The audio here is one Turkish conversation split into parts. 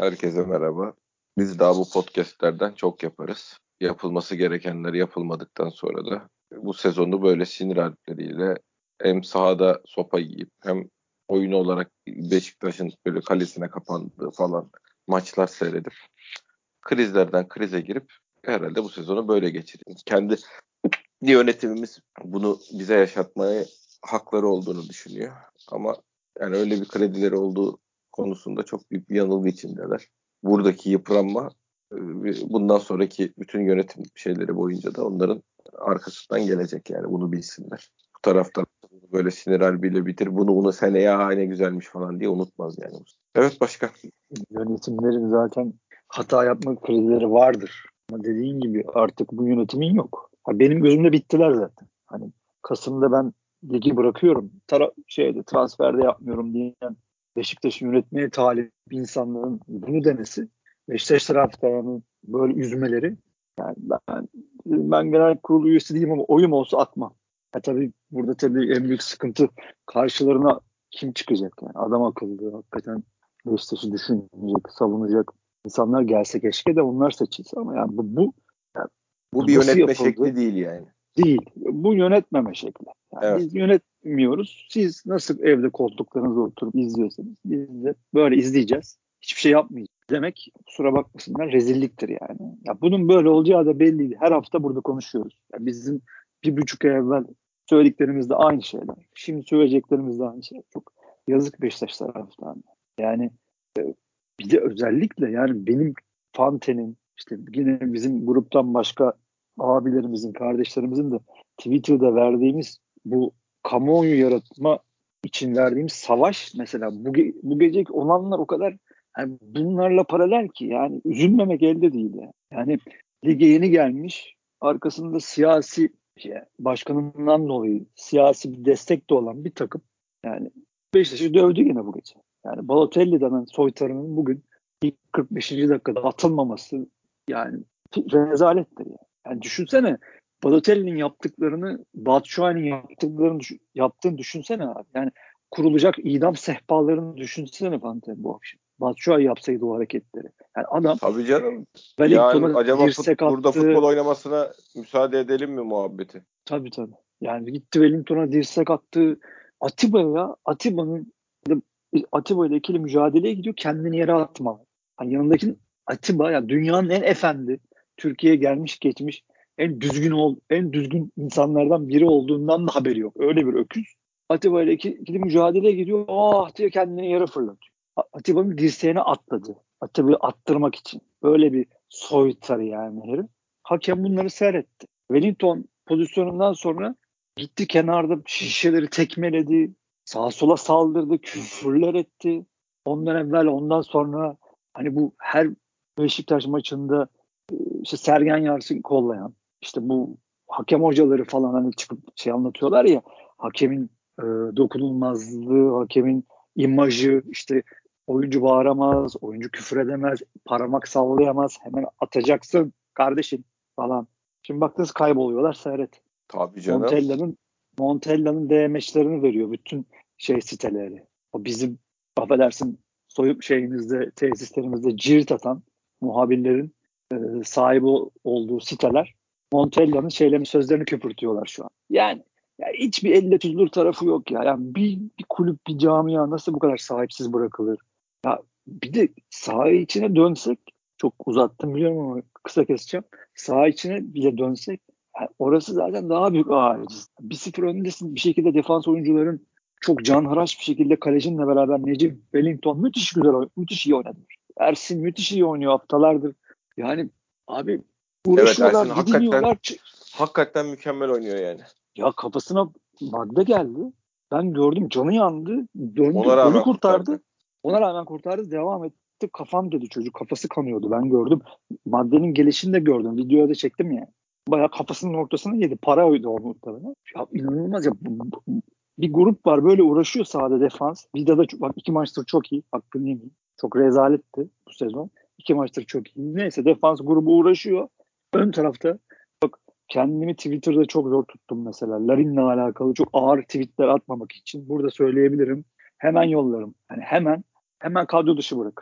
Herkese merhaba. Biz daha bu podcastlerden çok yaparız. Yapılması gerekenler yapılmadıktan sonra da bu sezonu böyle sinir harpleriyle hem sahada sopa yiyip hem oyun olarak Beşiktaş'ın böyle kalesine kapandığı falan maçlar seyredip krizlerden krize girip herhalde bu sezonu böyle geçirdik. Kendi yönetimimiz bunu bize yaşatmaya hakları olduğunu düşünüyor. Ama yani öyle bir kredileri olduğu konusunda çok büyük bir yanılgı içindeler. Buradaki yıpranma bundan sonraki bütün yönetim şeyleri boyunca da onların arkasından gelecek, yani bunu bilsinler. Bu taraftan böyle sinir harbiyle bitir bunu seneye ne güzelmiş falan diye unutmaz yani. Evet, başka. Yönetimlerin zaten hata yapma kredileri vardır. Ama dediğin gibi artık bu yönetimin yok. Benim gözümde bittiler zaten. Hani Kasım'da ben ligi bırakıyorum. Transferde yapmıyorum diyen Beşiktaş'ı yönetmeye talip insanların bunu demesi, Beşiktaş taraftarının böyle üzmeleri, yani ben genel kurulu üyesi değilim ama oyum olsa atmam. Tabii burada en büyük sıkıntı karşılarına kim çıkacak yani, adam akıllı hakikaten Beşiktaş'ı düşünecek, savunacak insanlar gelse keşke de onlar seçilse, ama yani yani Bu bir nasıl yönetme yapıldı? şekli değil yani. Değil. Bu yönetmeme şekli. Yani Evet. biz yönetmiyoruz. Siz nasıl evde koltuklarınızda oturup izliyorsanız biz de böyle izleyeceğiz. Hiçbir şey yapmayacağız demek, kusura bakmasınlar, rezilliktir yani. Ya bunun böyle olacağı da belliydi. Her hafta burada konuşuyoruz. Ya bizim 1,5 ay evvel söylediklerimiz de aynı şeyler. Şimdi söyleyeceklerimiz de aynı şeyler. Çok yazık Beşiktaş taraftarına. Yani bir de özellikle yani benim Fante'nin, işte yine bizim gruptan başka abilerimizin, kardeşlerimizin de Twitter'da verdiğimiz bu kamuoyu yaratma için verdiğimiz savaş mesela, bu geceki olanlar o kadar yani bunlarla paralel ki yani üzülmemek elde değil yani. Yani lige yeni gelmiş, arkasında siyasi başkanından dolayı siyasi bir destek de olan bir takım yani Beşiktaş'ı dövdü yine bu gece. Yani Balotelli denen soytarının bugün ilk 45. dakikada atılmaması yani rezalettir yani. Yani düşünsene, Balotelli'nin yaptıklarını, Batshuayi'nin yaptığını düşünsene abi. Yani kurulacak idam sehpalarını düşünsene Fante bu akşam. Batshuayi yapsaydı o hareketleri. Yani adam Tabii canım. Yani Wellington'a acaba dirsek burada attı. futbol oynamasına müsaade edelim mi muhabbeti? Tabii. Yani gitti Wellington'a dirsek attı. Atiba ile ikili mücadeleye gidiyor. Kendini yere atma. Hani yanındaki Atiba ya, dünyanın en efendi, Türkiye'ye gelmiş geçmiş en düzgün insanlardan biri olduğundan da haberi yok. Öyle bir öküz. Atiba ile ikili mücadeleye gidiyor. Ah diye kendini yere fırlatıyor. Atiba'nın dirseğine atladı. Atiba'yı attırmak için. Böyle bir soytarı yani herif. Hakem bunları seyretti. Wellington pozisyonundan sonra gitti kenarda şişeleri tekmeledi, sağa sola saldırdı, küfürler etti. Ondan sonra hani bu her Beşiktaş maçında işte Sergen Yalçın kollayan, işte bu hakem hocaları falan hani çıkıp anlatıyorlar ya, hakemin dokunulmazlığı, hakemin imajı, işte oyuncu bağıramaz, oyuncu küfür edemez, parmak sallayamaz, hemen atacaksın kardeşim falan. Şimdi bak nasıl kayboluyorlar, seyret. Tabii canım. Montella'nın DM'lerini veriyor bütün siteleri. O bizim, affedersin, soyup tesislerimizde cirit atan muhabirlerin sahibi olduğu siteler Montella'nın sözlerini köpürtüyorlar şu an. Yani hiçbir elle tutulur tarafı yok ya. Yani bir kulüp, bir camia nasıl bu kadar sahipsiz bırakılır? Ya bir de saha içine dönsek, çok uzattım biliyorum ama kısa keseceğim. Saha içine bile dönsek, yani orası zaten daha büyük aciz. 1-0 öndesin, bir şekilde defans oyuncuların çok canhıraş bir şekilde kalecinle beraber Necip Wellington müthiş iyi oynadı. Ersin müthiş iyi oynuyor haftalardır. Yani abi uğraşıyorlar, Evet, Ersin didiniyorlar. hakikaten mükemmel oynuyor yani. Ya kafasına madde geldi. Ben gördüm, canı yandı. Döndü, Ona golü rağmen kurtardı. kurtardı. Ona rağmen kurtardı. Devam etti. Kafam dedi çocuk. Kafası kanıyordu. Ben gördüm. Maddenin gelişini de gördüm. Videoya da çektim ya. Bayağı kafasının ortasına yedi. Para oydu o muhtemelen. Ya inanılmaz ya. Bir grup var böyle uğraşıyor sahada, defans. Vida'da bak 2 maçtır çok iyi. Hakkını yemeyeyim. Çok rezaletti bu sezon. 2 maçtır çok iyi. Neyse, defans grubu uğraşıyor. Ön tarafta kendimi Twitter'da çok zor tuttum mesela. Larin'le alakalı çok ağır tweetler atmamak için. Burada söyleyebilirim. Hemen yollarım. Yani hemen kadro dışı bırakırım.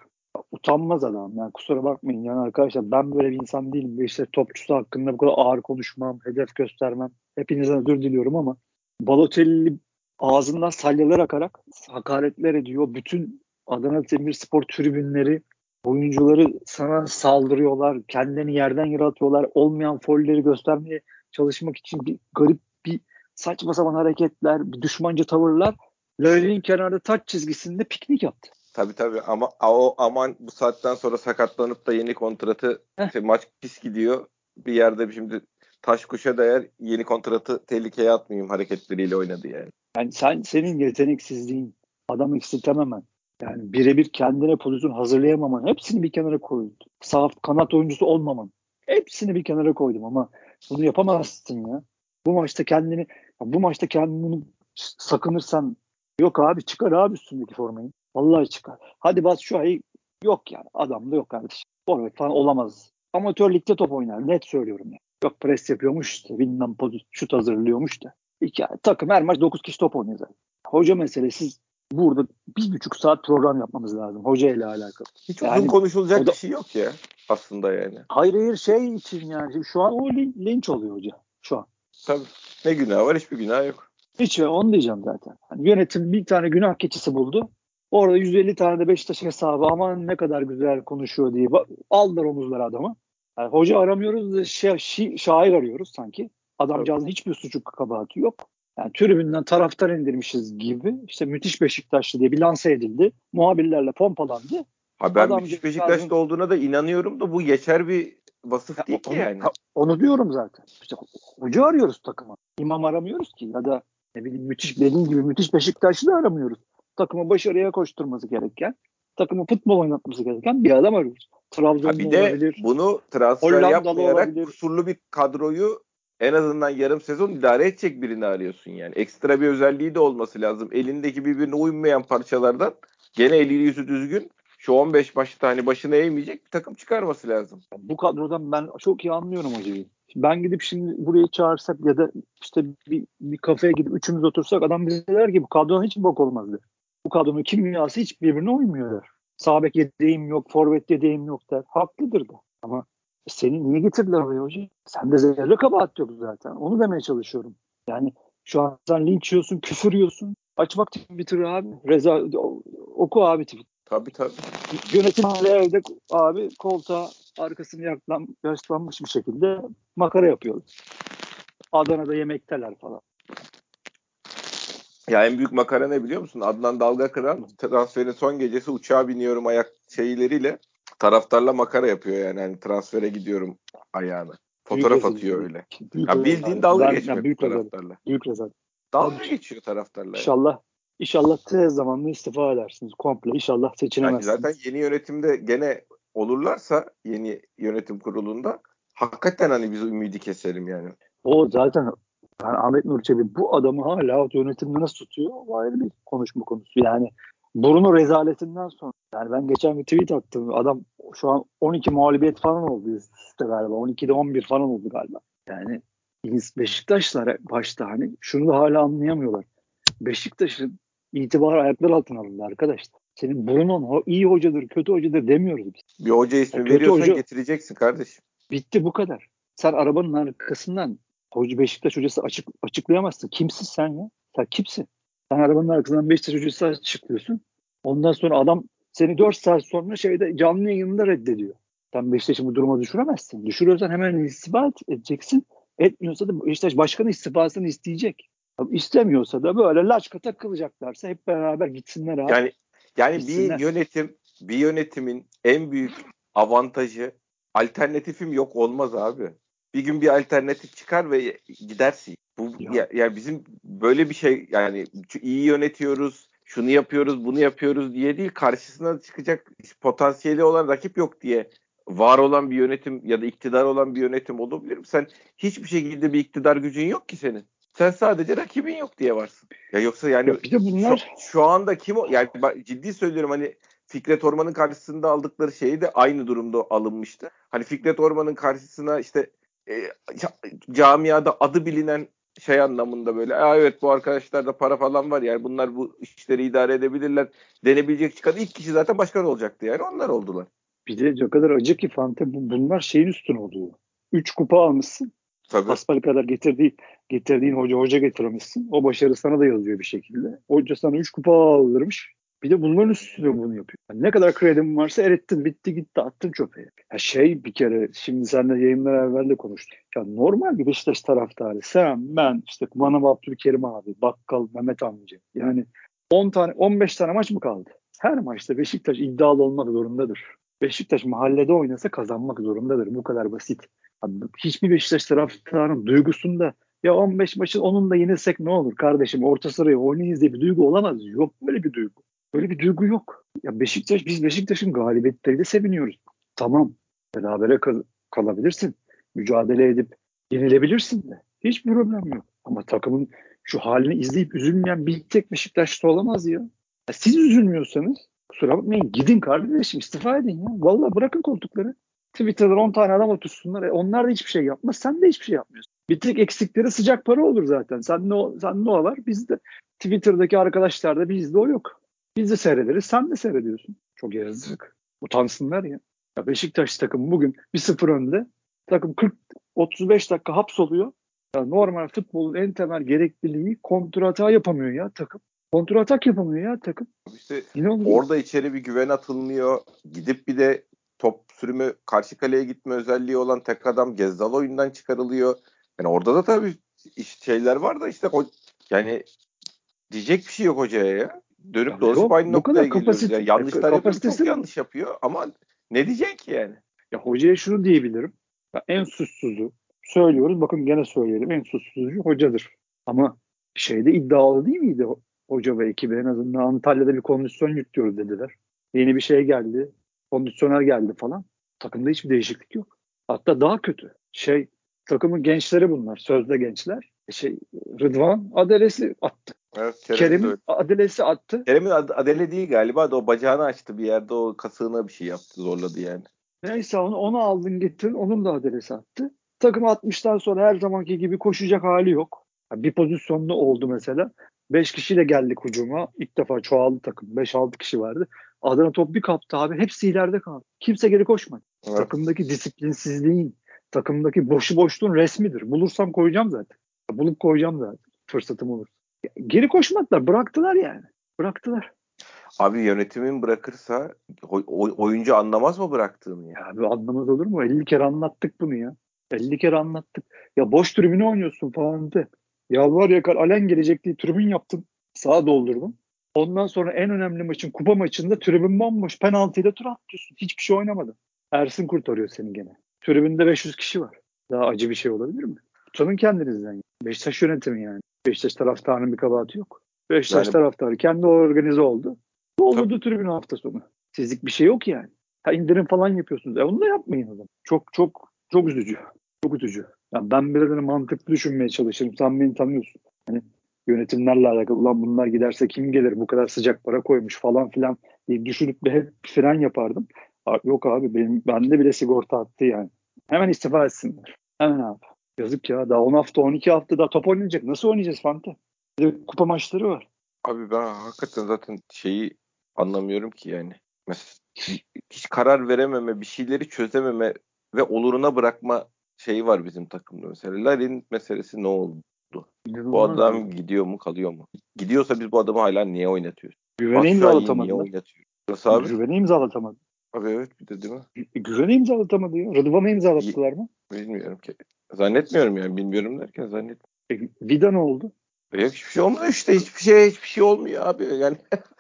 utanmaz adam. Yani kusura bakmayın yani arkadaşlar, ben böyle bir insan değilim. İşte topçusu hakkında bu kadar ağır konuşmam, hedef göstermem. Hepinizden özür diliyorum ama Balotelli ağzından salyalar akarak hakaretler ediyor. Bütün Adana Demirspor tribünleri, oyuncuları sana saldırıyorlar. Kendilerini yerden yere atıyorlar. Olmayan faulleri göstermeye çalışmak için bir garip, bir saçma sapan hareketler, bir düşmanca tavırlar. Löw'nin kenarda taç çizgisinde piknik yaptı. Tabii ama o aman bu saatten sonra sakatlanıp da yeni kontratı maç pis gidiyor. Bir yerde şimdi taş kuşa değer, yeni kontratı tehlikeye atmayayım hareketleriyle oynadı yani. Yani senin yeteneksizliğin, adam eksiltememen, yani birebir kendine pozisyon hazırlayamaman, hepsini bir kenara koydum. Sağ kanat oyuncusu olmaman, hepsini bir kenara koydum ama bunu yapamazsın ya. Bu maçta kendini sakınırsan, yok abi, çıkar abi üstündeki formayı. Vallahi çıkar. Hadi bas şu ay, yok yani, adam da yok kardeşim. Forvet falan olamaz. Amatör ligde top oynar, net söylüyorum ya. Yok pres yapıyormuş işte, bilmem şut hazırlıyormuş da. Takım her maç 9 kişi top oynuyor zaten. Hoca meselesi, burada 1,5 saat program yapmamız lazım hoca ile alakalı. Hiç uzun Yani konuşulacak o da, bir şey yok ya aslında yani. hayır şey için yani şu an o linç oluyor hoca şu an. Tabii. Ne günah var? Hiçbir günah yok. Hiç, onu diyeceğim zaten. Hani yönetim bir tane günah keçisi buldu. Orada 150 tane de Beşiktaş hesabı aman ne kadar güzel konuşuyor diye aldılar omuzlara adamı. Yani hoca aramıyoruz da şair arıyoruz sanki. Tabii. Adamcağızın hiçbir suçu kabahati yok. Yani tribünden taraftar indirmişiz gibi, işte müthiş Beşiktaşlı diye bir lanse edildi. Muhabirlerle pompalandı. Ha, ben müthiş Adamcağızın Beşiktaşlı olduğuna da inanıyorum da bu geçer bir vasıf değil ki yani. onu diyorum zaten. İşte hoca arıyoruz takıma. İmam aramıyoruz ki, ya da ne bileyim dediğim gibi müthiş Beşiktaşlı aramıyoruz. Takımı başarıya koşturması gereken, takımı futbol oynatması gereken bir adam arıyoruz. Ha, bir Trabzonlu de olabilir, bunu transfer Hollandalı yapmayarak olabilir. kusurlu bir kadroyu en azından yarım sezon idare edecek birini arıyorsun yani. Ekstra bir özelliği de olması lazım. Elindeki birbirine uymayan parçalardan gene eli yüzü düzgün, şu 15 maçta hani başına eğmeyecek bir takım çıkarması lazım. Bu kadrodan ben çok iyi anlıyorum hocayı. Ben gidip şimdi buraya çağırsak ya da işte bir kafeye gidip üçümüz otursak, adam bize der ki bu kadronun hiç bok olmaz der. Bu kadronun kimyası hiç birbirine uymuyor der. Sağ bek yedeğim yok, forvet yedeğim yok der. Haklıdır da. Ama seni niye getirdiler oraya hoca? Sende zerre kabahat yok zaten. Onu demeye çalışıyorum. Yani şu an sen linç yiyorsun, küfür yiyorsun. Aç bak Twitter abi. Oku abi Twitter. Tabii. Yönetimle evde abi koltuğa arkasını yaslanmış bir şekilde makara yapıyorlar. Adana'da yemekteler falan. Ya en büyük makara ne biliyor musun? Adnan Dalgakıran transferin son gecesi uçağa biniyorum ayak şeyleriyle taraftarla makara yapıyor yani. Hani transfere gidiyorum ayağına. Büyük Fotoğraf atıyor rezillik. öyle. Büyük Ya bildiğin rezalet. dalga Ben geçmek bu büyük rezalet. taraftarla. Büyük rezalet. Dalga Tabii. geçiyor taraftarla ya. İnşallah tez zamanda istifa edersiniz komple. İnşallah Yani zaten seçilemezsiniz. yeni yönetimde gene olurlarsa yeni yönetim kurulunda hakikaten hani biz ümidi keselim yani. O zaten, yani Ahmet Nur Çebi bu adamı hala yönetimde nasıl tutuyor? O ayrı bir konuşma konusu. Yani Bruno rezaletinden sonra. Yani ben geçen bir tweet attım. Adam şu an 12 mağlubiyet falan oldu üst üste galiba. 12'de 11 falan oldu galiba. Yani Beşiktaşlar başta hani şunu da hala anlayamıyorlar. Beşiktaş'ın itibarı ayaklar altına alındı arkadaşlar. Senin Bruno'nun iyi hocadır, kötü hocadır demiyoruz biz. Bir hoca Ya ismi kötü veriyorsan hoca getireceksin kardeşim. bitti, bu kadar. Sen arabanın arkasından Beşiktaş hocası açıklayamazsın. Kimsin sen ya? Sen kimsin? Sen arabanın arkasından Beşiktaş hocası açıklıyorsun. Ondan sonra adam seni 4 saat sonra canlı yayında reddediyor. Sen Beşiktaş'ı bu duruma düşüremezsin. Düşürüyorsan hemen istifa edeceksin. Etmiyorsa da Beşiktaş başkanı istifasını isteyecek. İstemiyorsa da böyle laçka takılacaklarsa hep beraber gitsinler abi. Yani Gitsinler. bir yönetimin en büyük avantajı, alternatifim yok olmaz abi. Bir gün bir alternatif çıkar ve gidersin. Ya, Yani bizim böyle bir şey yani iyi yönetiyoruz, şunu yapıyoruz, bunu yapıyoruz diye değil, karşısına çıkacak potansiyeli olan rakip yok diye var olan bir yönetim ya da iktidar olan bir yönetim olabilir mi? Sen hiçbir şekilde bir iktidar gücün yok ki senin. Sen sadece rakibin yok diye varsın. Ya yoksa yani ya bir de bunlar şu anda kim o? Yani ciddi söylüyorum, hani Fikret Orman'ın karşısında aldıkları şeyi de aynı durumda alınmıştı. Hani Fikret Orman'ın karşısına işte camiada adı bilinen şey anlamında böyle evet bu arkadaşlarda para falan var yani bunlar bu işleri idare edebilirler denebilecek çıkan ilk kişi zaten başkan olacaktı yani onlar oldular. Bir de o kadar acı ki Fante bunlar şeyin üstüne oluyor. 3 kupa almışsın. Tabii. Hasbelkader getirdiğin hoca getirmişsin. O başarı sana da yazıyor bir şekilde. Hoca sana 3 kupa aldırmış. Bir de bunların üstüne bunu yapıyor. Yani ne kadar kredim varsa erittin, bitti gitti, attın çöpe. Ya bir kere şimdi seninle yayınlar evvel de konuştuk. Ya normal bir Beşiktaş taraftarı. Sen, ben, işte Manav Abdülkerim abi, Bakkal, Mehmet amca. Yani 10 tane, 15 tane maç mı kaldı? Her maçta Beşiktaş iddialı olmak zorundadır. Beşiktaş mahallede oynasa kazanmak zorundadır. Bu kadar basit. Abi, hiçbir Beşiktaş taraftarının duygusunda ya 15 maçın onun da yenilsek ne olur kardeşim orta sıraya oynayız diye bir duygu olamaz. Yok böyle bir duygu. Böyle bir duygu yok. Ya biz Beşiktaş'ın galibiyetleriyle seviniyoruz. Tamam. Berabere kalabilirsin. Mücadele edip yenilebilirsin de. Hiç problem yok. Ama takımın şu halini izleyip üzülmeyen bir tek Beşiktaş'ta olamaz ya. Ya siz üzülmüyorsanız kusura bakmayın gidin kardeşim istifa edin ya. Vallahi bırakın koltukları. Twitter'dan 10 tane adam otursunlar. Onlar da hiçbir şey yapmaz. Sen de hiçbir şey yapmıyorsun. Bir tek eksikleri sıcak para olur zaten. Sen ne o var? Bizde Twitter'daki arkadaşlarda bizde o yok. Biz de seyrederiz. Sen de seyrediyorsun. Çok yazık. Utansınlar ya. Ya Beşiktaş takım bugün 1-0 önde. Takım 35 dakika hapsoluyor. Ya normal futbolun en temel gerekliliği kontratağı yapamıyor ya takım. Kontratak yapamıyor ya takım. İşte Yine oluyor. orada içeri bir güven atılmıyor. Gidip bir de top sürümü karşı kaleye gitme özelliği olan tek adam Gezzal oyundan çıkarılıyor. Yani orada da tabii şeyler var da işte yani diyecek bir şey yok hocaya ya. Dönüp Ya dolaşıp yok aynı bu noktaya kadar geliyoruz. Yani yanlışlar yapıyor mu? kapasitesi Çok mi? yanlış yapıyor ama ne diyecek ki yani? Ya hocaya şunu diyebilirim. Ya en suçsuzu söylüyoruz. Bakın gene söyleyelim. En suçsuzu hocadır. Ama şeyde iddialı değil miydi hoca ve ekibi en azından Antalya'da bir kondisyon yüklüyoruz dediler. Yeni bir şey geldi. Kondisyoner geldi falan. Takımda hiçbir değişiklik yok. Hatta daha kötü. Takımın gençleri bunlar. Sözde gençler. Rıdvan Adelesi attı. Evet, Kerem'in de öyle. Kerem'in Adelesi attı. Kerem'in Adele değil galiba da o bacağını açtı bir yerde o kasığına bir şey yaptı zorladı yani. Neyse onu aldın getirin. Onun da adresi attı. Takım 60'tan sonra her zamanki gibi koşacak hali yok. Bir pozisyonda oldu mesela. 5 kişiyle geldik hücuma. İlk defa çoğaldı takım. 5-6 kişi vardı. Adana top bir kaptı abi. Hepsi ileride kaldı. Kimse geri koşmadı. Evet. Takımdaki disiplinsizliğin, takımdaki boşluğun resmidir. Bulursam koyacağım zaten. Bulup koyacağım zaten. Fırsatım olur. Geri koşmadılar. Bıraktılar yani. Bıraktılar. Abi yönetimin bırakırsa oyuncu anlamaz mı bıraktığını ya? Ya abi anlamaz olur mu? 50 kere anlattık bunu ya. 50 kere anlattık. Ya boş tribüne oynuyorsun falan de. Ya var ya Alen gelecek diye tribün yaptın. Sağa doldurdun. Ondan sonra en önemli maçın kupa maçında tribün bomboş. Penaltıyla tur atıyorsun. Hiçbir şey oynamadın. Ersin kurtarıyor seni gene. Tribünde 500 kişi var. Daha acı bir şey olabilir mi? Utanın kendinizden. Ya. Beşiktaş yönetimi yani. Beşiktaş taraftarının bir kabahati yok. Beşiktaş Yani taraftarı kendi organize oldu. Doldurdu tabii. tribünü hafta sonu. Sizlik bir şey yok yani. Ha indirim falan yapıyorsunuz. Onu da yapmayın o zaman. Çok çok çok üzücü. Çok üzücü. Yani ben biraz hani mantıklı düşünmeye çalışırım. Sen beni tanıyorsun. Hani yönetimlerle alakalı. Ulan bunlar giderse kim gelir? Bu kadar sıcak para koymuş falan filan diye düşünüp bir hep fren yapardım. Yok abi bende bile sigorta attı yani. Hemen istifa etsinler. Hemen abi. Yazık ya. Daha 10 hafta 12 hafta daha top oynayacak. Nasıl oynayacağız Fante? Bir de kupa maçları var. Abi ben hakikaten zaten şeyi anlamıyorum ki yani. Mesela hiç karar verememe, bir şeyleri çözememe ve oluruna bırakma şeyi var bizim takımda mesela. Larin meselesi ne oldu? Bu İnanılmaz ya. adam gidiyor mu, kalıyor mu? Gidiyorsa biz bu adamı hala niye oynatıyoruz? Güvene Batshuayi'yi niye imzalatamadılar. oynatıyoruz? Nasıl abi? Güvene imzalatamadı. Abi evet bir de değil mi? Güvene imzalatamadı ya. Rıdvan'a imzalattılar mı? Bilmiyorum ki. Zannetmiyorum yani. Bilmiyorum derken Vida ne oldu? Yok hiçbir şey olmuyor işte. Hiçbir şey olmuyor abi. Yani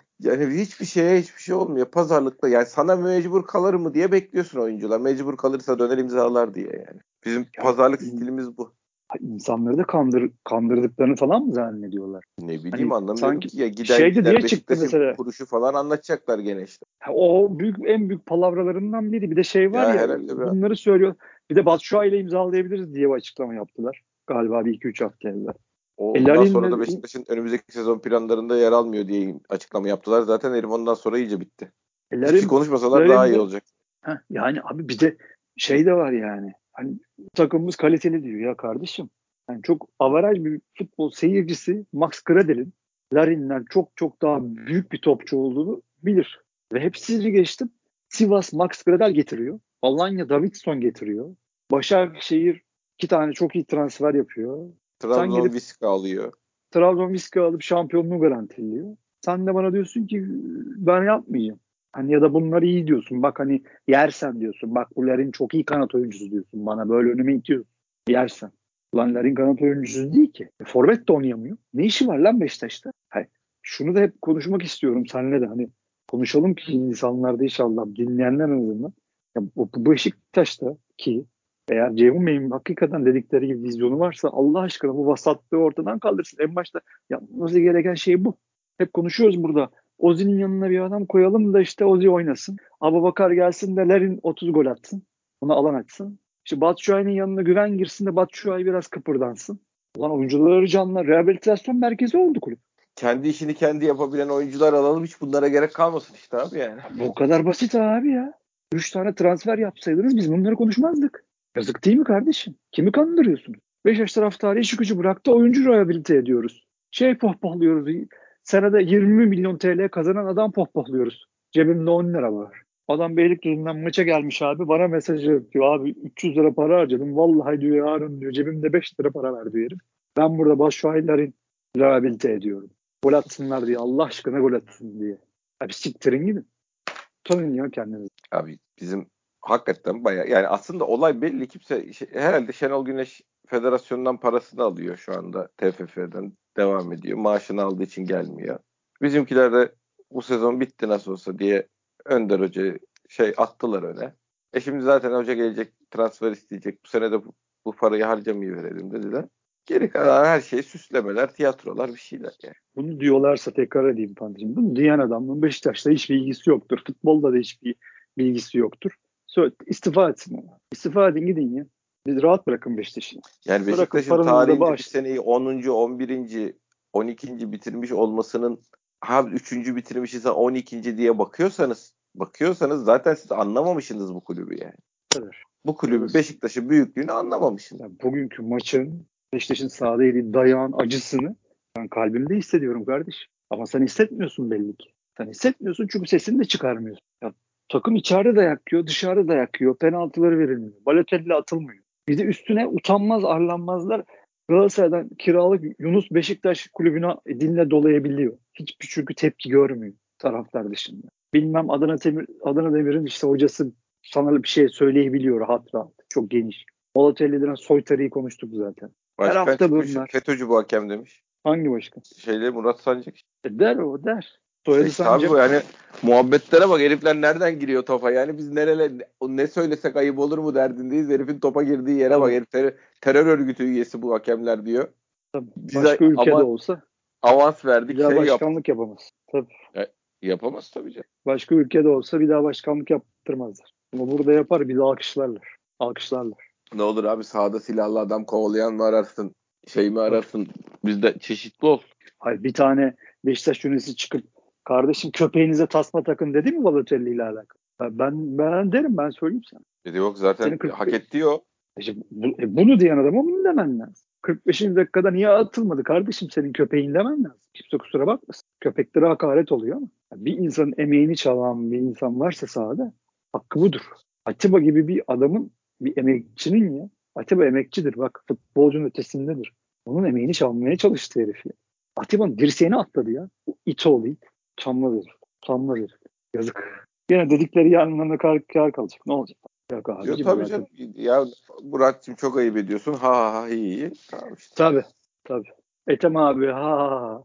hiçbir şey olmuyor. Pazarlıkta yani sana mecbur kalır mı diye bekliyorsun oyuncular. Mecbur kalırsa döner imzalar diye yani. Bizim Ya pazarlık stilimiz bu. insanları da kandırdıklarını falan mı zannediyorlar? Ne bileyim Hani anlamıyorum sanki ki ya şeydi gider diye çıktı Beşiktaş'ın mesela. kuruşu falan anlatacaklar gene işte. O en büyük palavralarından biri. Bir de şey var Ya ya herhalde bir bunları söylüyor. Bir de Batshuayi ile imzalayabiliriz diye bir açıklama yaptılar. Galiba bir iki üç hafta evvel. ondan sonra da Larin'le Beşiktaş'ın önümüzdeki sezon planlarında yer almıyor diye açıklama yaptılar. Zaten herif ondan sonra iyice bitti. Hiçbir şey konuşmasalar daha iyi Larin'le olacak. yani abi bir de şey de var yani. Hani takımımız kaliteli diyor ya kardeşim. Yani çok averaj bir futbol seyircisi Max Gradel'in Larin'den çok çok daha büyük bir topçu olduğunu bilir. Ve hepsini geçtim. Sivas Max Gradel getiriyor. Alanya Davidson getiriyor. Başakşehir 2 tane çok iyi transfer yapıyor. Sen Trabzon gidip Viska alıyor. Trabzonspor alıp şampiyonluğu garantiliyor. Sen de bana diyorsun ki ben yapmayacağım. Hani ya da bunlar iyi diyorsun. Bak hani yersen diyorsun. Bak bu Larin çok iyi kanat oyuncusu diyorsun. Bana böyle önüme itiyorsun. Yersen. Lan Larin kanat oyuncusu değil ki. Forvet de oynayamıyor. Ne işi var lan Beşiktaş'ta? Hayır. Şunu da hep konuşmak istiyorum seninle de. Hani konuşalım ki insanlar da inşallah dinleyenler en azından. Ya bu Beşiktaş'ta ki eğer Ceyhun Bey'in hakikaten dedikleri gibi vizyonu varsa Allah aşkına bu vasatlığı ortadan kaldırsın. En başta yapmamız gereken şey bu. Hep konuşuyoruz burada. Ozi'nin yanına bir adam koyalım da işte Ozi oynasın. Abubakar gelsin de Larin 30 gol atsın. Ona alan açsın. İşte Batshuayi'nin yanına Güven girsin de Batshuayi biraz kıpırdansın. Ulan oyuncuları canlı. Rehabilitasyon merkezi oldu kulüp. Kendi işini kendi yapabilen oyuncular alalım. Hiç bunlara gerek kalmasın işte abi yani. Bu kadar basit abi ya. 3 tane transfer yapsaydınız biz bunları konuşmazdık. Yazık değil mi kardeşim? Kimi kandırıyorsunuz? Beşiktaş taraftarı işi gücü bıraktı, oyuncu rehabilite ediyoruz. Pohpohluyoruz. Senede 20 milyon TL kazanan adam pohpohluyoruz. Cebimde 10 lira var. Adam Beylikdüzü'nden maça gelmiş abi. Bana mesaj diyor abi 300 lira para harcadım. Vallahi diyor yarın diyor cebimde 5 lira para ver diyor herif. Ben burada Başşuayların rehabilite ediyorum. Gol atsınlar diye Allah aşkına gol atsın diye. Abi siktirin gidin. Tanın ya kendinizi. Abi bizim hakikaten bayağı yani aslında olay belli. Kimse herhalde Şenol Güneş federasyondan parasını alıyor şu anda. TFF'den devam ediyor. Maaşını aldığı için gelmiyor. Bizimkiler de bu sezon bitti nasıl olsa diye Önder Hoca'yı attılar öne. Şimdi zaten hoca gelecek, transfer isteyecek. Bu sene de bu parayı harcamayı verelim dediler. Geri kalan her şey süslemeler, tiyatrolar bir şeyler yani. Bunu diyorlarsa tekrar edeyim Pandicim. Bunu diyen adamın Beşiktaş'ta hiçbir ilgisi yoktur. Futbolda da hiçbir bilgisi yoktur. İstifa etsin ama. İstifa edin gidin ya. Biz rahat bırakın Beşiktaş'ı. Yani Bırakın Beşiktaş'ın paranızı da tarihinde bir bağışlayın. seneyi 10. 11. 12. bitirmiş olmasının ha 3. bitirmişse 12. diye bakıyorsanız zaten siz anlamamışsınız bu kulübü yani. Evet. Bu kulübü Beşiktaş'ın büyüklüğünü anlamamışsınız. Yani bugünkü maçın Beşiktaş'ın sahada yediği dayağın acısını ben kalbimde hissediyorum kardeş. Ama sen hissetmiyorsun belli ki. Sen hissetmiyorsun çünkü sesini de çıkarmıyorsun. Ya, takım içeride dayak yiyor, dışarıda dayak yiyor. Penaltıları verilmiyor. Balotelli atılmıyor. Bizi üstüne utanmaz, arlanmazlar. Galatasaray'dan kiralık Yunus Beşiktaş kulübüne dinle dolayabiliyor. Hiçbir çünkü tepki görmüyor taraftar dışında. Bilmem Adana Demir'in işte hocası sana bir şey söyleyebiliyor rahat rahat. Çok geniş. Balotelli'den Soytarı'yı konuştuk zaten. Her Başkan hafta çıkmış bunlar. FETÖ'cü bu hakem demiş. Hangi başkan? Murat Sancak. Der o der. Soyadı İşte abi Sancak. bu yani muhabbetlere bak herifler nereden giriyor topa yani biz ne söylesek ayıp olur mu derdindeyiz herifin topa girdiği yere bak Tabii, herif terör örgütü üyesi bu hakemler diyor. tabii. Bize Başka ülkede ama olsa avans bir verdik daha yap. başkanlık yapamaz. Tabii. Yapamaz tabii canım. Başka ülkede olsa bir daha başkanlık yaptırmazlar. Ama burada yapar bizi alkışlarlar. Alkışlarlar. Ne olur abi sahada silahlı adam kovalayan mı ararsın? Mi Tabii. ararsın? Bizde çeşitli ol. Hayır, bir tane Beşiktaş yöneticisi çıkıp kardeşim köpeğinize tasma takın dedi mi Balotelli ile alakalı? Ben derim ben söyleyeyim sana. Dedi yok Senin zaten 45, hak etti o. bunu diyen adama bunu demen lazım. 45. dakikada niye atılmadı kardeşim senin köpeğin demen lazım. Kimse kusura bakmasın. Köpeklere hakaret oluyor ama bir insanın emeğini çalan bir insan varsa sahada hakkı budur. Atiba gibi bir adamın bir emekçinin ya. Atiba emekçidir bak futbolcunun ötesindedir. Onun emeğini çalmaya çalıştı herif ya. Atiba'nın dirseğini atladı ya. O it oğlu it. Çalmaz herif. Çalmaz herif. Yazık. Yine dedikleri yanlarına kar kalacak. Ne olacak? Yok Diyor abicim tabii zaten. canım. Ya Murat'cığım çok ayıp ediyorsun. Ha ha ha iyi iyi. Tamam işte. Tabii. Tabii. Ethem abi ha.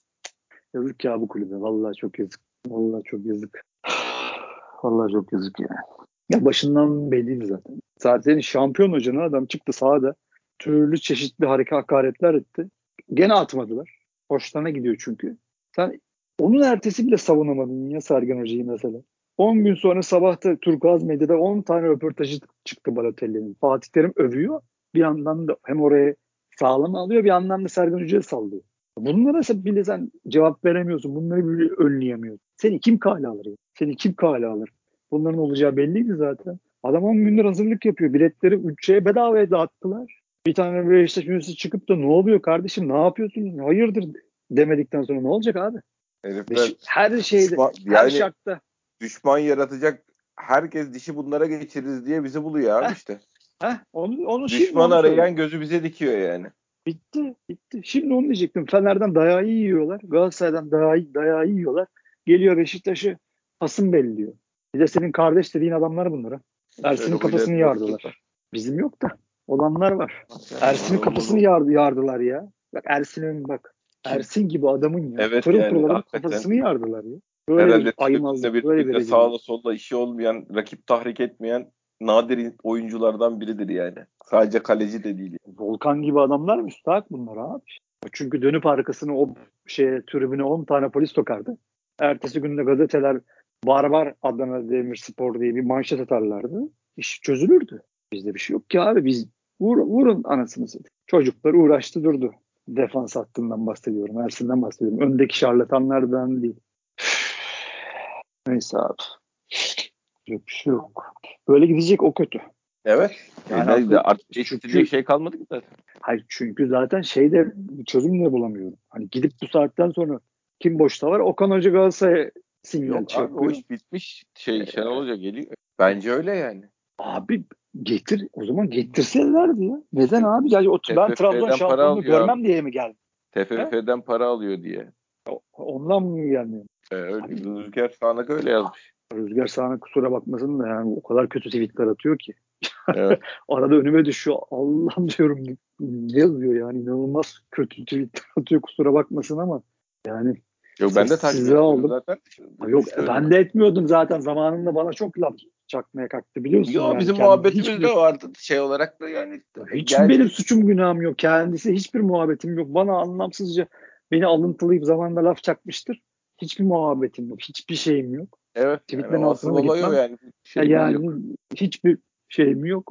Yazık ya bu kulübe. Vallahi çok yazık. Vallahi çok yazık. Vallahi çok yazık ya. Ya başından belliydi zaten. Zaten şampiyon hocanın adam çıktı sahada. Türlü çeşitli hakaretler etti. Gene atmadılar. Hoşlarına gidiyor çünkü. Sen onun ertesi bile savunamadın ya Sergen Hoca'yı mesela. 10 gün sonra sabahta Turkuaz Medya'da 10 tane röportajı çıktı Balotelli'nin. Fatih Terim övüyor. Bir yandan da hem oraya sağlam alıyor bir yandan da Sergen Hoca'ya sallıyor. Bunlara bile sen cevap veremiyorsun. Bunları bile önleyemiyorsun. Seni kim kale alır ya? Seni kim kale alır? Bunların olacağı belliydi zaten. Adam 10 gündür hazırlık yapıyor. Biletleri bütçeye bedavaya dağıttılar. Bir tane Beşiktaş üyesi çıkıp da ne oluyor kardeşim, ne yapıyorsunuz, hayırdır demedikten sonra ne olacak abi? Herifler Her şeyde, her yani şartta. düşman yaratacak, herkes dişi bunlara geçiririz diye bizi buluyor abi Heh, işte. onu şimdi Düşman onu söyle. arayan gözü bize dikiyor yani. Bitti. Şimdi onu diyecektim. Fener'den dayağı yiyorlar. Galatasaray'dan dayağı yiyorlar. Geliyor Beşiktaş'ı pasın belliyor. Bir de senin kardeş dediğin adamlar bunlara. Hiç öyle Ersin'in kafasını huyları yoktur da. yardılar. Bizim yok da. Olanlar var. Yani Ersin'in inanılmaz kafasını oldu. yardılar ya. Bak Ersin'in bak. Kim? Ersin gibi adamın ya. Evet Pırıl yani pırıl adamın hakikaten kafasını yardılar ya. Böyle bir herhalde aymazlık, tribünde böyle bir birbiriyle rezillik. sağla solla işi olmayan, rakip tahrik etmeyen nadir oyunculardan biridir yani. Sadece kaleci de değil. Volkan gibi adamlar müstahak bunlar abi. Çünkü dönüp arkasını o tribüne 10 tane polis sokardı. Ertesi günde gazeteler Barbar Adana Demirspor diye bir manşet atarlardı. İş çözülürdü. Bizde bir şey yok ki abi. Biz vurun anasını satayım. Çocuklar uğraştı durdu. Defans hattından bahsediyorum. Ersin'den bahsediyorum. Öndeki şarlatanlardan değil. Neyse abi. Yok bir şey yok. Böyle gidecek, o kötü. Evet. Yani Artık değiştirecek çünkü şey kalmadı ki zaten. hayır, çünkü zaten çözüm de bulamıyorum. Hani gidip bu saatten sonra kim boşta var? Okan Hoca Galatasaray'a sinyal Yok abi, o çakıyor. iş bitmiş. Şenol Hoca geliyor. Bence öyle yani. Abi getir, o zaman getirselerdi ya. Neden İşte abi? Yani ben Trabzon TFF'den para şampiyonluğu alıyor abi. görmem diye mi geldim? He? TFF'den para alıyor diye. Ondan mı gelmiyor? Öyle, Abi, Rüzgar Sağnak öyle yazmış. Rüzgar Sağ'ına kusura bakmasın da yani o kadar kötü tweetler atıyor ki. Evet. Arada önüme düşüyor. Allah'ım diyorum, ne yazıyor yani, inanılmaz kötü tweetler atıyor, kusura bakmasın ama yani Yok, ben de takip sessize etmiyorum aldım. zaten. Yok, Düştü önüme. ben de etmiyordum zaten, zamanında bana çok laf çakmaya kalktı biliyorsun Yo, yani, bizim kendi muhabbetimiz de hiçbir vardı şey olarak da yani hiç benim geldi. suçum günahım yok, kendisi hiçbir muhabbetim yok, bana anlamsızca beni alıntılayıp zamanında laf çakmıştır, hiçbir muhabbetim yok, hiçbir şeyim yok, Evet, yani tweetlerin o asıl altına da olay o gitmem yani. ya, Şeyimiz yani yok. hiçbir şeyim yok.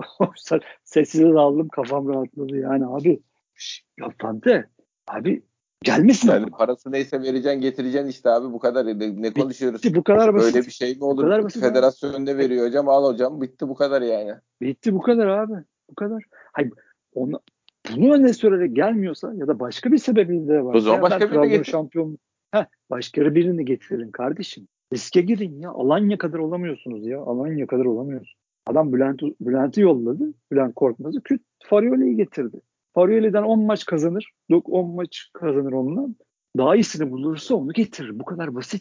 Sessize aldım, kafam rahatladı yani abi. Ya Fante abi, gelmesin Yani adam. parası neyse vereceksin, getireceksin işte abi, bu kadar. Ne konuşuyoruz? Bitti, bu kadar Böyle basit. bir şey mi Bu olur? kadar basit abi. Federasyon önde veriyor hocam, al hocam, bitti bu kadar yani. Bitti, bu kadar abi. Bu kadar. Hayır, onu, bunu ne sürerek gelmiyorsa ya da başka bir sebebi de O varsa, zaman ya ben başka birine Trabzon getir. şampiyon, başka birini getirin kardeşim. Riske girin ya. Alanya kadar olamıyorsunuz ya. Alanya kadar olamıyorsunuz. Adam Bülent'i yolladı. Bülent Korkmaz'ı, Farioli'yi getirdi. Farioli'den 10 maç kazanır. 10 maç kazanır onunla. Daha iyisini bulursa onu getirir. Bu kadar basit.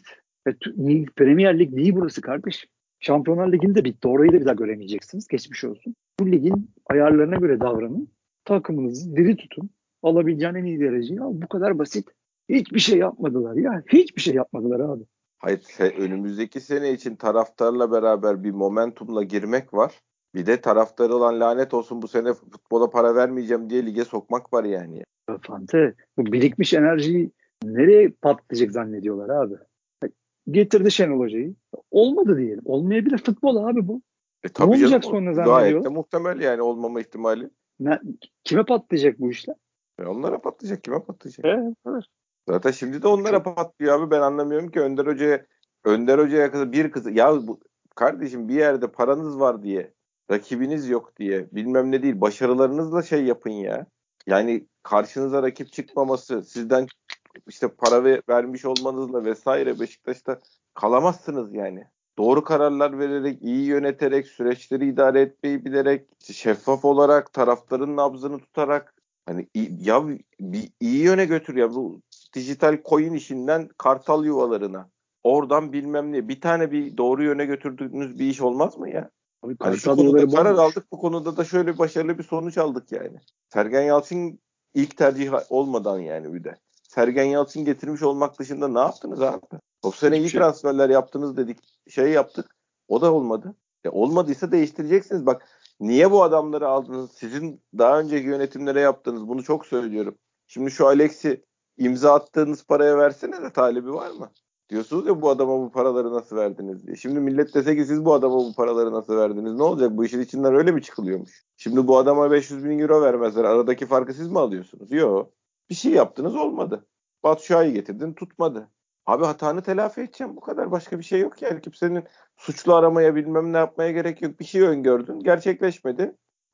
Premier Lig değil burası kardeşim. Şampiyonlar Ligi'nde bitti. Orayı da bir daha göremeyeceksiniz. Geçmiş olsun. Bu ligin ayarlarına göre davranın. Takımınızı diri tutun. Alabileceğin en iyi dereceyi al. Bu kadar basit. Hiçbir şey yapmadılar ya. Hiçbir şey yapmadılar abi. Hayır, önümüzdeki sene için taraftarla beraber bir momentumla girmek var. Bir de taraftarı olan lanet olsun bu sene futbola para vermeyeceğim diye lige sokmak var yani. Ya Fante, bu birikmiş enerjiyi nereye patlayacak zannediyorlar abi? Getirdi Şenol Hoca'yı. Olmadı diyelim. Olmayabilir. Futbol abi bu. Ne Tabii canım, olacak sonra gayet de zannediyorlar? muhtemel yani olmama ihtimali. Ne, kime patlayacak bu işler? Onlara patlayacak, kime patlayacak? Evet. Zaten şimdi de onlara Çok patlıyor abi. Ben anlamıyorum ki Önder Hoca'ya kızı bir kızı ya, bu kardeşim, bir yerde paranız var diye, rakibiniz yok diye, bilmem ne değil, başarılarınızla şey yapın ya. Yani karşınıza rakip çıkmaması, sizden işte para vermiş olmanızla vesaire Beşiktaş'ta kalamazsınız yani. Doğru kararlar vererek, iyi yöneterek, süreçleri idare etmeyi bilerek, şeffaf olarak, taraftarın nabzını tutarak, hani ya bir iyi yöne götür ya, bu dijital coin işinden kartal yuvalarına. Oradan bilmem ne. Bir tane bir doğru yöne götürdüğünüz bir iş olmaz mı ya? abi, Hani şu kartal konuda yolları karar bomboş. aldık, bu konuda da şöyle başarılı bir sonuç aldık yani. Sergen Yalçın ilk tercih olmadan yani bir de. Sergen Yalçın getirmiş olmak dışında ne yaptınız abi? O sene Hiçbir iyi şey. transferler yaptınız dedik. Şey yaptık. O da olmadı. Olmadıysa değiştireceksiniz. Bak, niye bu adamları aldınız? Sizin daha önceki yönetimlere yaptınız. Bunu çok söylüyorum. Şimdi şu Alex'i imza attığınız paraya versene de talebi var mı? Diyorsunuz ya, bu adama bu paraları nasıl verdiniz diye. Şimdi millet dese ki siz bu adama bu paraları nasıl verdiniz? Ne olacak? Bu işin içinden öyle mi çıkılıyormuş? Şimdi bu adama 500 bin euro vermezler. Aradaki farkı siz mi alıyorsunuz? Yok. Bir şey yaptınız, olmadı. Batu Şah'ı getirdin, tutmadı. Abi, hatanı telafi edeceğim. Bu kadar, başka bir şey yok yani. Kimsenin suçlu aramaya bilmem ne yapmaya gerek yok. Bir şey öngördün, gerçekleşmedi.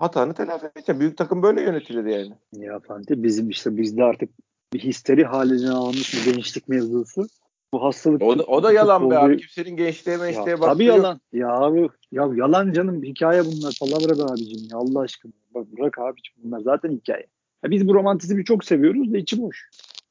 Hatanı telafi edeceksin. Büyük takım böyle yönetilir yani. Ya Fatih bizim işte bizde artık bir histeri haline almış bir gençlik mevzusu. Bu hastalık O da yalan be futbolda abi. Kimsenin gençliğe ya mençliğe tabii baktığı yok. yalan. Ya abi ya yalan canım hikaye bunlar. Palavra be abicim ya Allah aşkına. Bak bırak abicim bunlar zaten hikaye. Ya biz bu romantizmi çok seviyoruz da içi boş.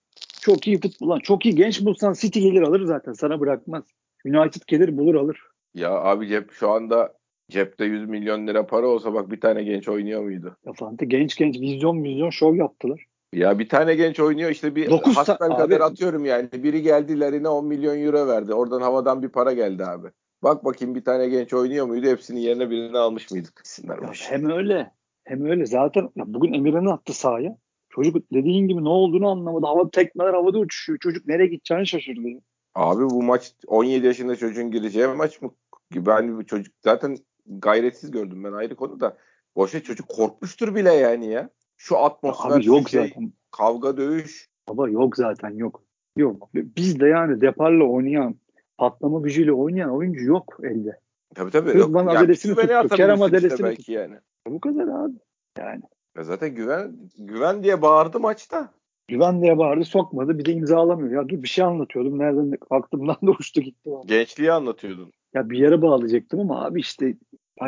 Çok iyi futbol. Lan çok iyi genç bulsan City gelir alır zaten. Sana bırakmaz. United gelir bulur alır. Ya abi şu anda cepte 100 milyon lira para olsa bak bir tane genç oynuyor muydu? Ya Fante genç vizyon şov yaptılar. Ya bir tane genç oynuyor işte bir 9 hasbelkader abi atıyorum yani. Biri geldi Larin'e 10 milyon euro verdi. Oradan havadan bir para geldi abi. Bak bakayım bir tane genç oynuyor muydu? Hepsinin yerine birini almış mıydık? Gitsinler ya başına. hem öyle hem öyle zaten ya bugün Emirhan'ı attı sahaya. Çocuk dediğin gibi ne olduğunu anlamadı. Tekmeler havada uçuşuyor. Çocuk nereye gideceğini şaşırdı. Abi bu maç 17 yaşında çocuğun gireceği maç mı? Ben bu çocuk zaten gayretsiz gördüm ben ayrı konu da. Boşa çocuk korkmuştur bile yani ya. Şu Ya atmosfer, abi şu yok şey, zaten. kavga dövüş. Baba yok zaten yok. Yok. Biz de yani deparla oynayan, patlama gücüyle oynayan oyuncu yok elde. Tabii tabii yok. Rıdvan Ya bir adresini güveni tuttu. Kerem atabilirsin işte adresini belki tuttu. yani. Bu kadar abi. Yani Ya zaten güven diye bağırdı maçta. güven diye bağırdı sokmadı. Bir de imzalamıyor. Ya dur bir şey anlatıyordum. Nereden aklımdan da uçtu gitti. Gençliği anlatıyordun. Ya bir yere bağlayacaktım ama abi işte ha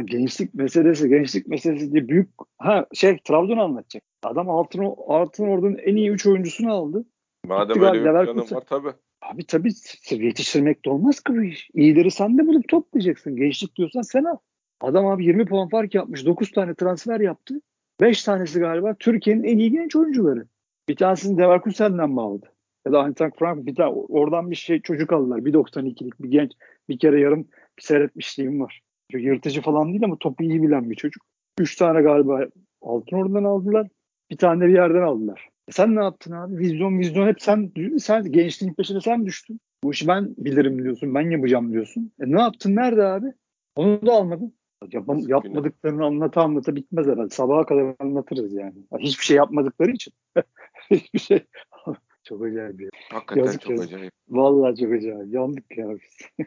gençlik meselesi diye büyük Trabzon'u anlatacak. Adam Altın Ordu'nun en iyi 3 oyuncusunu aldı. Gitti Madem öyle galiba bir planın Leverkusen. var tabii. Abi tabii yetiştirmek de olmaz ki bu iş. İyileri sen de bulup toplayacaksın. Gençlik diyorsan sen al. Adam abi 20 puan fark yapmış. 9 tane transfer yaptı. 5 tanesi galiba Türkiye'nin en iyi genç oyuncuları. Bir tanesini Leverkusen'den mi aldı? Ya da Eintracht Frankfurt bir tane oradan bir şey çocuk aldılar. 1.92'lik bir genç. Bir kere yarım seyretmişliğim var. Çok yırtıcı falan değil ama topu iyi bilen bir çocuk. 3 tane galiba Altınordu'dan aldılar. Bir tane de bir yerden aldılar. Sen ne yaptın abi? Vizyon hep sen gençliğin peşine sen düştün. Bu işi ben bilirim diyorsun. Ben yapacağım diyorsun. Ne yaptın? Nerede abi? Onu da almadın. Yazık günah. Yapmadıklarını anlata bitmez herhalde. Sabaha kadar anlatırız yani. Hiçbir şey yapmadıkları için. Hiçbir şey. Çok acayip ya. Hakikaten Yazık çok yazık. acayip. Vallahi çok acayip. Yandık ya biz.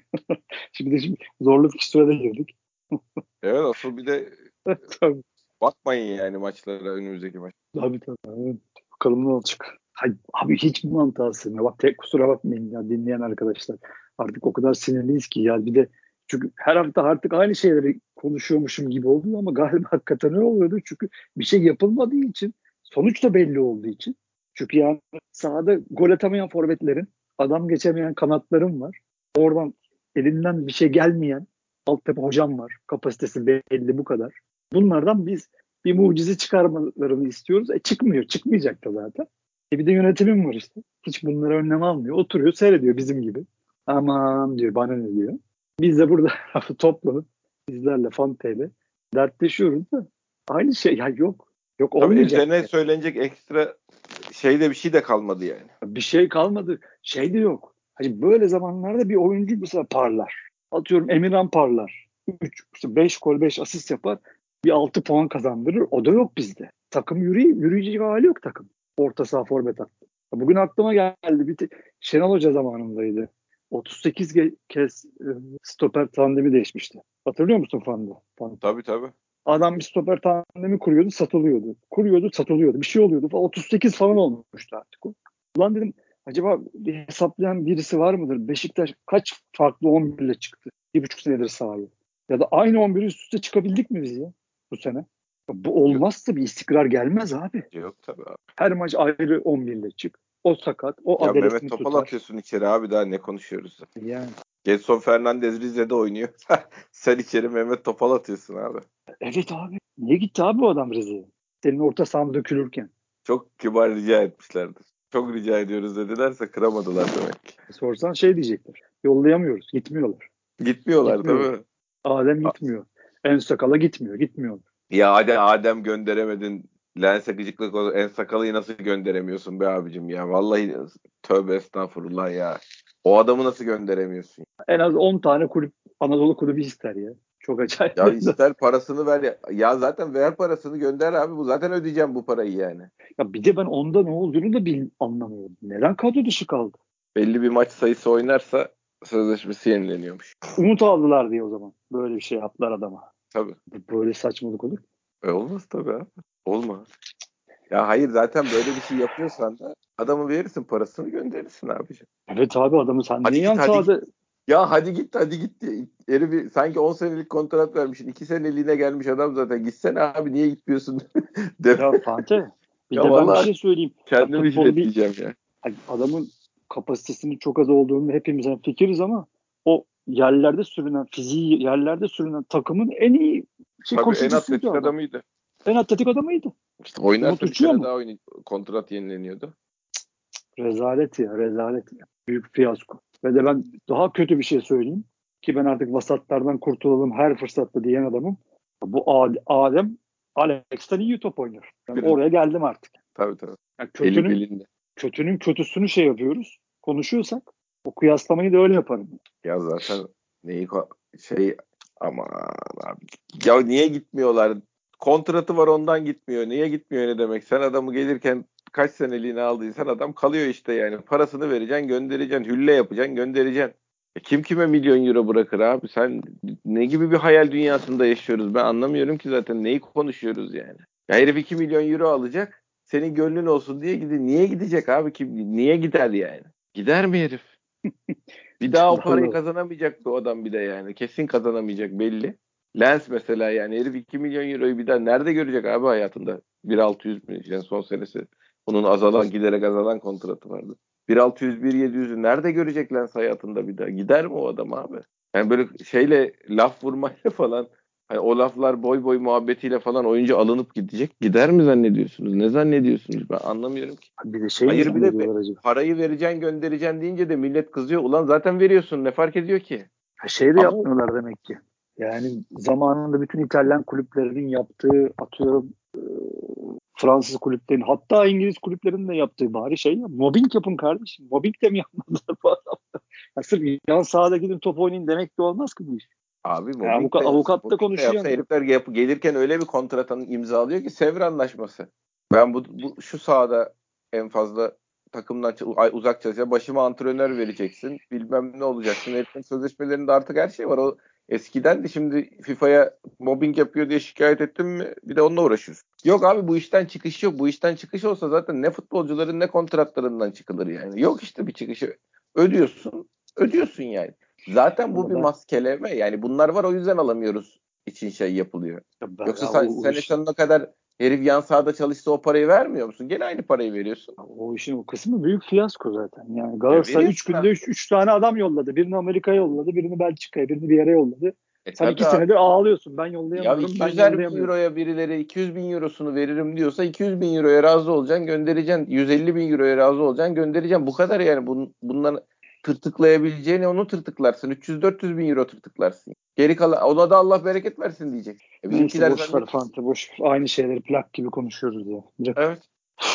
Şimdi zorlu fikstüre de girdik. Evet asıl bir de Tabii. bakmayın yani maçlara önümüzdeki maç. Tabii. Bakalım ne olacak. Abi hiç mi mantığa sığmıyor? Bak tek kusura bakmayın ya dinleyen arkadaşlar. Artık o kadar sinirliyiz ki ya bir de çünkü her hafta artık aynı şeyleri konuşuyormuşum gibi oluyor ama galiba hakikaten öyle oluyordu. Çünkü bir şey yapılmadığı için sonuç da belli olduğu için. Çünkü yani sahada gol atamayan forvetlerin, adam geçemeyen kanatların var. Oradan elinden bir şey gelmeyen altyapı hocam var. Kapasitesi belli bu kadar. Bunlardan biz bir mucize çıkarmalarını istiyoruz. Çıkmıyor. Çıkmayacak da zaten. Bir de yönetimim var işte. Hiç bunlara önlem almıyor. Oturuyor seyrediyor bizim gibi. Aman diyor bana ne diyor. Biz de burada toplanıp bizlerle Fante'yle dertleşiyoruz da aynı şey ya yok. Yok Tabii olmayacak. üzerine söylenecek ekstra şeyde bir şey de kalmadı yani. Bir şey kalmadı. Şey de yok. Hani böyle zamanlarda bir oyuncu mesela parlar. Atıyorum Emirhan parlar. 5 gol 5 asist yapar. Bir 6 puan kazandırır. O da yok bizde. Takım yürüyecek hali yok takım. Orta saha forvet attı. Bugün aklıma geldi. Şenol Hoca zamanındaydı. 38 kez stoper tandemi değişmişti. Hatırlıyor musun Fan'da? Tabii tabii. Adam bir stoper tandemi kuruyordu, satılıyordu. Kuruyordu, satılıyordu. Bir şey oluyordu. 38 falan olmuştu artık o. Ulan dedim acaba bir hesaplayan birisi var mıdır? Beşiktaş kaç farklı 11 ile çıktı? 1,5 senedir sahaya. Ya da aynı 11 üst üste çıkabildik mi biz ya bu sene? Bu Yok, olmazsa bir istikrar gelmez abi. yok tabii abi. Her maç ayrı 11 ile çık. O sakat, o Ya Mehmet adalesini Topal tutar. atıyorsun içeri abi daha ne konuşuyoruz? Yani Gelson Fernandez Rize'de oynuyor. Sen içeri Mehmet Topal atıyorsun abi. evet abi. Niye gitti abi o adam Rize'ye? Senin orta sahan dökülürken. Çok kibar rica etmişlerdir. Çok rica ediyoruz dedilerse kıramadılar demek ki. Sorsan şey diyecekler. Yollayamıyoruz. Gitmiyorlar. Gitmiyorlar Gitmiyor. tabii. Adem A- gitmiyor. En sakala gitmiyor. Gitmiyor. Ya Adem gönderemedin. Lense gıcıklık olur. En sakalıyı nasıl gönderemiyorsun be abicim ya. Vallahi tövbe estağfurullah ya. O adamı nasıl gönderemiyorsun? En az 10 tane Anadolu kulübü ister ya. Çok acayip. Ya ister parasını ver ya. Ya zaten ver parasını gönder abi. Bu zaten ödeyeceğim bu parayı yani. Ya bir de ben onda ne olduğunu da anlamıyorum. Neden kadro dışı kaldı? Belli bir maç sayısı oynarsa sözleşmesi yenileniyormuş. Umut aldılar diye o zaman. Böyle bir şey yaptılar adama. Tabii. Böyle saçmalık olur. Olmaz tabii abi. Olmaz. Ya hayır, zaten böyle bir şey yapıyorsan da adamı verirsin, parasını gönderirsin abiciğim. Evet abi, adamı sen niye Hadi git yan hadi git. sahada. Ya hadi git diye. Herifi sanki 10 senelik kontrat vermişsin. 2 seneliğine gelmiş adam zaten. Gitsene abi, niye gitmiyorsun? Ya Fante, bir Ya de ben bir vallahi şey söyleyeyim. Ya kendimi futbolu bir, jiletleyeceğim ya. hani adamın kapasitesinin çok az olduğunu hepimiz fikiriz ama o yerlerde sürünen, fiziği yerlerde sürünen takımın en iyi Tabii en koşucusuydu atletik adam. adamıydı. En atletik adamıydı. İşte Umut oynarsa bir uçuyor sene mu? daha kontrat yenileniyordu. Rezalet ya, rezalet ya. Büyük fiyasko. Ve de ben daha kötü bir şey söyleyeyim ki ben artık vasatlardan kurtulalım her fırsatta diyen adamım. Bu Adem Alex'ten iyi top oynuyor. Ben Biraz. oraya geldim artık. Tabii. Yani Eli kötünün belinde. kötünün kötüsünü şey yapıyoruz. Konuşuyorsak o kıyaslamayı da öyle yaparım. Ya zaten şey, aman abi. Ya niye gitmiyorlar? Kontratı var, ondan gitmiyor. Niye gitmiyor ne demek? Sen adamı gelirken kaç seneliğine aldıysan adam kalıyor işte yani. Parasını vereceksin, göndereceksin. Hülle yapacaksın, göndereceksin. Kim kime milyon euro bırakır abi? Sen ne gibi bir hayal dünyasında yaşıyoruz? Ben anlamıyorum ki zaten, neyi konuşuyoruz yani. Ya herif 2 milyon euro alacak. Senin gönlün olsun diye gidiyor. Niye gidecek abi? Niye gider yani? Gider mi herif? Bir daha o parayı Vallahi. kazanamayacak bu adam bir de yani. Kesin kazanamayacak belli. Lens mesela, yani herif 2 milyon euroyu bir daha nerede görecek abi hayatında? 1.600 mi? Yani son senesi. Bunun giderek azalan kontratı vardı. 1.600, 1.700'ü nerede görecek Lens hayatında bir daha? Gider mi o adam abi? Yani böyle şeyle, laf vurmayla falan, hani o laflar boy boy muhabbetiyle falan oyuncu alınıp gidecek. Gider mi zannediyorsunuz? Ne zannediyorsunuz? Ben anlamıyorum ki. Bir de şey mi Hayır, bir de zannediyorlar acaba? parayı vereceksin, göndereceksin deyince de millet kızıyor. Ulan zaten veriyorsun, ne fark ediyor ki? Ha, şey de Ama yapmıyorlar demek ki. Yani zamanında bütün İtalyan kulüplerinin yaptığı, atıyorum Fransız kulüplerin, hatta İngiliz kulüplerinin de yaptığı bari şey ya. Mobbing yapın kardeşim. Mobbing de mi yapmadılar bu adamlar? Ya sırf yan sahada gidin top oynayın demek de olmaz ki bu iş. abi Yani mobbing de yapsa, avukat da konuşuyor. herifler gelirken öyle bir kontratın imzalıyor ki, Sevr Anlaşması. Ben şu sahada en fazla takımdan uzak çalışacağım. Başıma antrenör vereceksin. Bilmem ne olacaksın. Herifin sözleşmelerinde artık her şey var. O eskiden de, şimdi FIFA'ya mobbing yapıyor diye şikayet ettim mi bir de onunla uğraşıyorsun. Yok abi, bu işten çıkış yok. Bu işten çıkış olsa zaten ne futbolcuların ne kontratlarından çıkılır yani. Yok işte bir çıkışı, ödüyorsun yani. Zaten bu Valla bir ben, maskeleme. Yani bunlar var, o yüzden alamıyoruz için şey yapılıyor. Yoksa ya sen sene sonuna kadar herif yan sahada çalışsa o parayı vermiyor musun? Gene aynı parayı veriyorsun. o işin o kısmı büyük fiyasko zaten. Yani Galatasaray 3 Veriyorsun günde abi. 3 tane adam yolladı. Birini Amerika'ya yolladı, birini Belçika'ya, birini bir yere yolladı. Sen Tabii 2 abi. senedir ağlıyorsun. Ben Ya yollayamıyorum, ben 200'er bin yollayamıyorum. euroya birileri 200 bin eurosunu veririm diyorsa 200 bin euroya razı olacaksın, göndereceksin. 150 bin euroya razı olacaksın, göndereceksin. Bu kadar yani. Bundan tırtıklayabileceğini onu tırtıklarsın. 300-400 bin euro tırtıklarsın. Geri kalan, ona da Allah bereket versin diyecek. Neyse Bizimkiler boş ver zannediyor. Fante, boş ver. Aynı şeyleri plak gibi konuşuyoruz ya. Evet.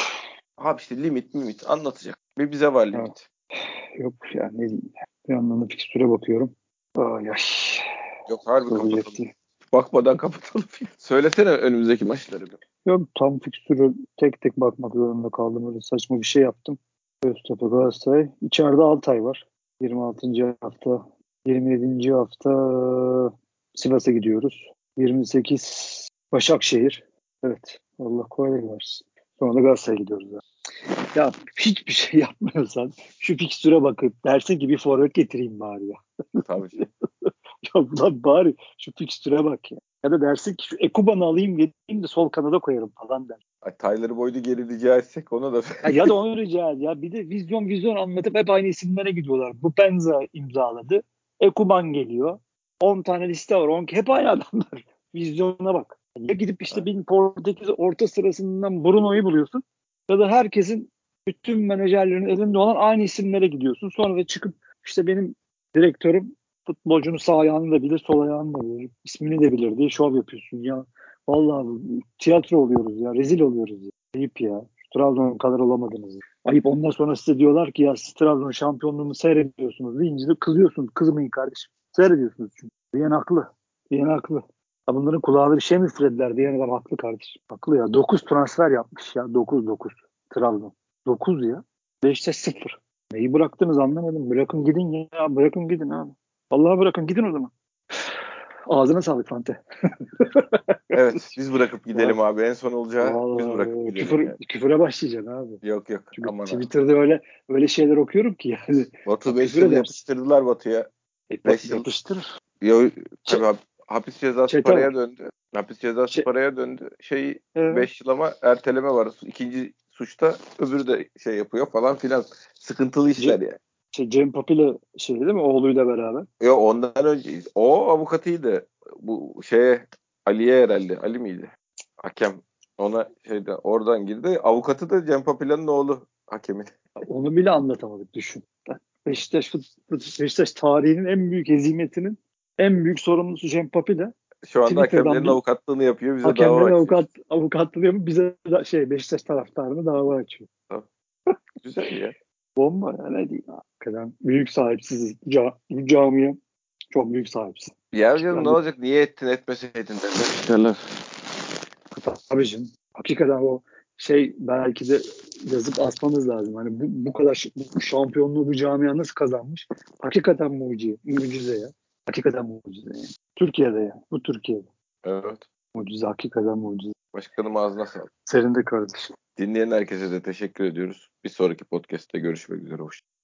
Abi işte limit anlatacak. Bir bize var Ya, limit. yok ya, ne diyeyim. Bir yandan da fikstüre bakıyorum. Ay ay. Yok, harbi Olacak kapatalım. değil. Bakmadan kapatalım. Söylesene önümüzdeki maçları. Yok, tam fikstürü tek tek bakmak zorunda kaldım. Öyle saçma bir şey yaptım. Göztepe Galatasaray. İçeride Altay var. 26. hafta. 27. hafta Sivas'a gidiyoruz. 28 Başakşehir. Evet. Allah kolaylık versin. Sonra da Galatasaray'a gidiyoruz. Ya hiçbir şey yapmıyorsan şu fikstüre bakıp dersin ki bir forvet getireyim bari ya. Tabii canım. Ya ulan bari şu fikstüre bak ya. Ya da dersin ki şu Ekuban'ı alayım geleyim de sol kanada koyarım falan der. Ay, Tyler Boyd'u geri rica etsek ona da. Ya da onu rica et ya. Bir de vizyon anlatıp hep aynı isimlere gidiyorlar. Bu Penza imzaladı. Ekuban geliyor. 10 tane liste var. Hep aynı adamlar. Vizyona bak. Ya gidip işte bir Portekiz orta sırasından Bruno'yu buluyorsun. Ya da herkesin, bütün menajerlerin elinde olan aynı isimlere gidiyorsun. Sonra da çıkıp işte benim direktörüm futbolcunun sağ ayağını da bilir, sol ayağını da bilir. İsmini de bilir diye şov yapıyorsun ya. Vallahi tiyatro oluyoruz ya. Rezil oluyoruz ya. Ayıp ya. Trabzon kadar olamadınız. Ayıp. Ondan sonra size diyorlar ki ya siz Trabzon şampiyonluğunu seyrediyorsunuz deyince de kızıyorsunuz. Kızmayın kardeşim. Seyrediyorsunuz çünkü. Diyen haklı. Diyen haklı. Ya bunların kulağına bir şey mi üflediler diyen adam haklı kardeşim. Haklı ya. 9 transfer yapmış ya. 9 Trabzon. 9 ya. Beşiktaş 0. Neyi bıraktınız anlamadım. Bırakın gidin ya. Bırakın gidin abi. Vallahi bırakın gidin o zaman. Ağzına sağlık Fante. Evet, biz bırakıp gidelim abi. En son olacağı biz bırakıp gidelim yani. Küfüre başlayacaksın abi. Yok Çünkü aman ha. Twitter'da öyle şeyler okuyorum ki yani. Batu 5 Küfür yıl edersin. yapıştırdılar Batu'ya. 5 yıl. Yapıştır. Tabii hapis cezası Çete paraya var. döndü. Hapis cezası paraya döndü. 5 yıl ama erteleme var. İkinci suçta öbürü de yapıyor falan filan. Sıkıntılı işler yani. Cem Papi'yle değil mi? Oğluyla beraber. Yok ondan önce o avukatıydı. Bu Ali'ye herhalde. Ali miydi? Hakem. Ona oradan girdi. Avukatı da Cem Papila'nın oğlu hakemin. Onu bile anlatamadık düşün. Beşiktaş tarihinin en büyük hezimetinin en büyük sorumlusu Cem Papila. Şu anda Twitter'dan hakemlerin avukatlığını yapıyor. Bize dava hakemlerin açıyor. avukatlığını yapıp bize Beşiktaş taraftarını dava açıyor. Tamam. Güzel ya. Bomba ya ne diyeyim. Hakikaten büyük sahipsiz. Bu camiye çok büyük sahipsiz. Ya canım Yani ne olacak? Niye ettin etmeseydin derler. tabii canım. Hakikaten o belki de yazıp asmamız lazım. Hani bu kadar bu şampiyonluğu bu camia nasıl kazanmış? Hakikaten mucize ya. Hakikaten mucize yani. Türkiye'de ya. Bu Türkiye'de. Evet. Mucize, hakikaten mucize. Başkanım ağzına sağlık. Senin de kardeşim. Dinleyen herkese de teşekkür ediyoruz. Bir sonraki podcast'te görüşmek üzere. Hoşçakalın.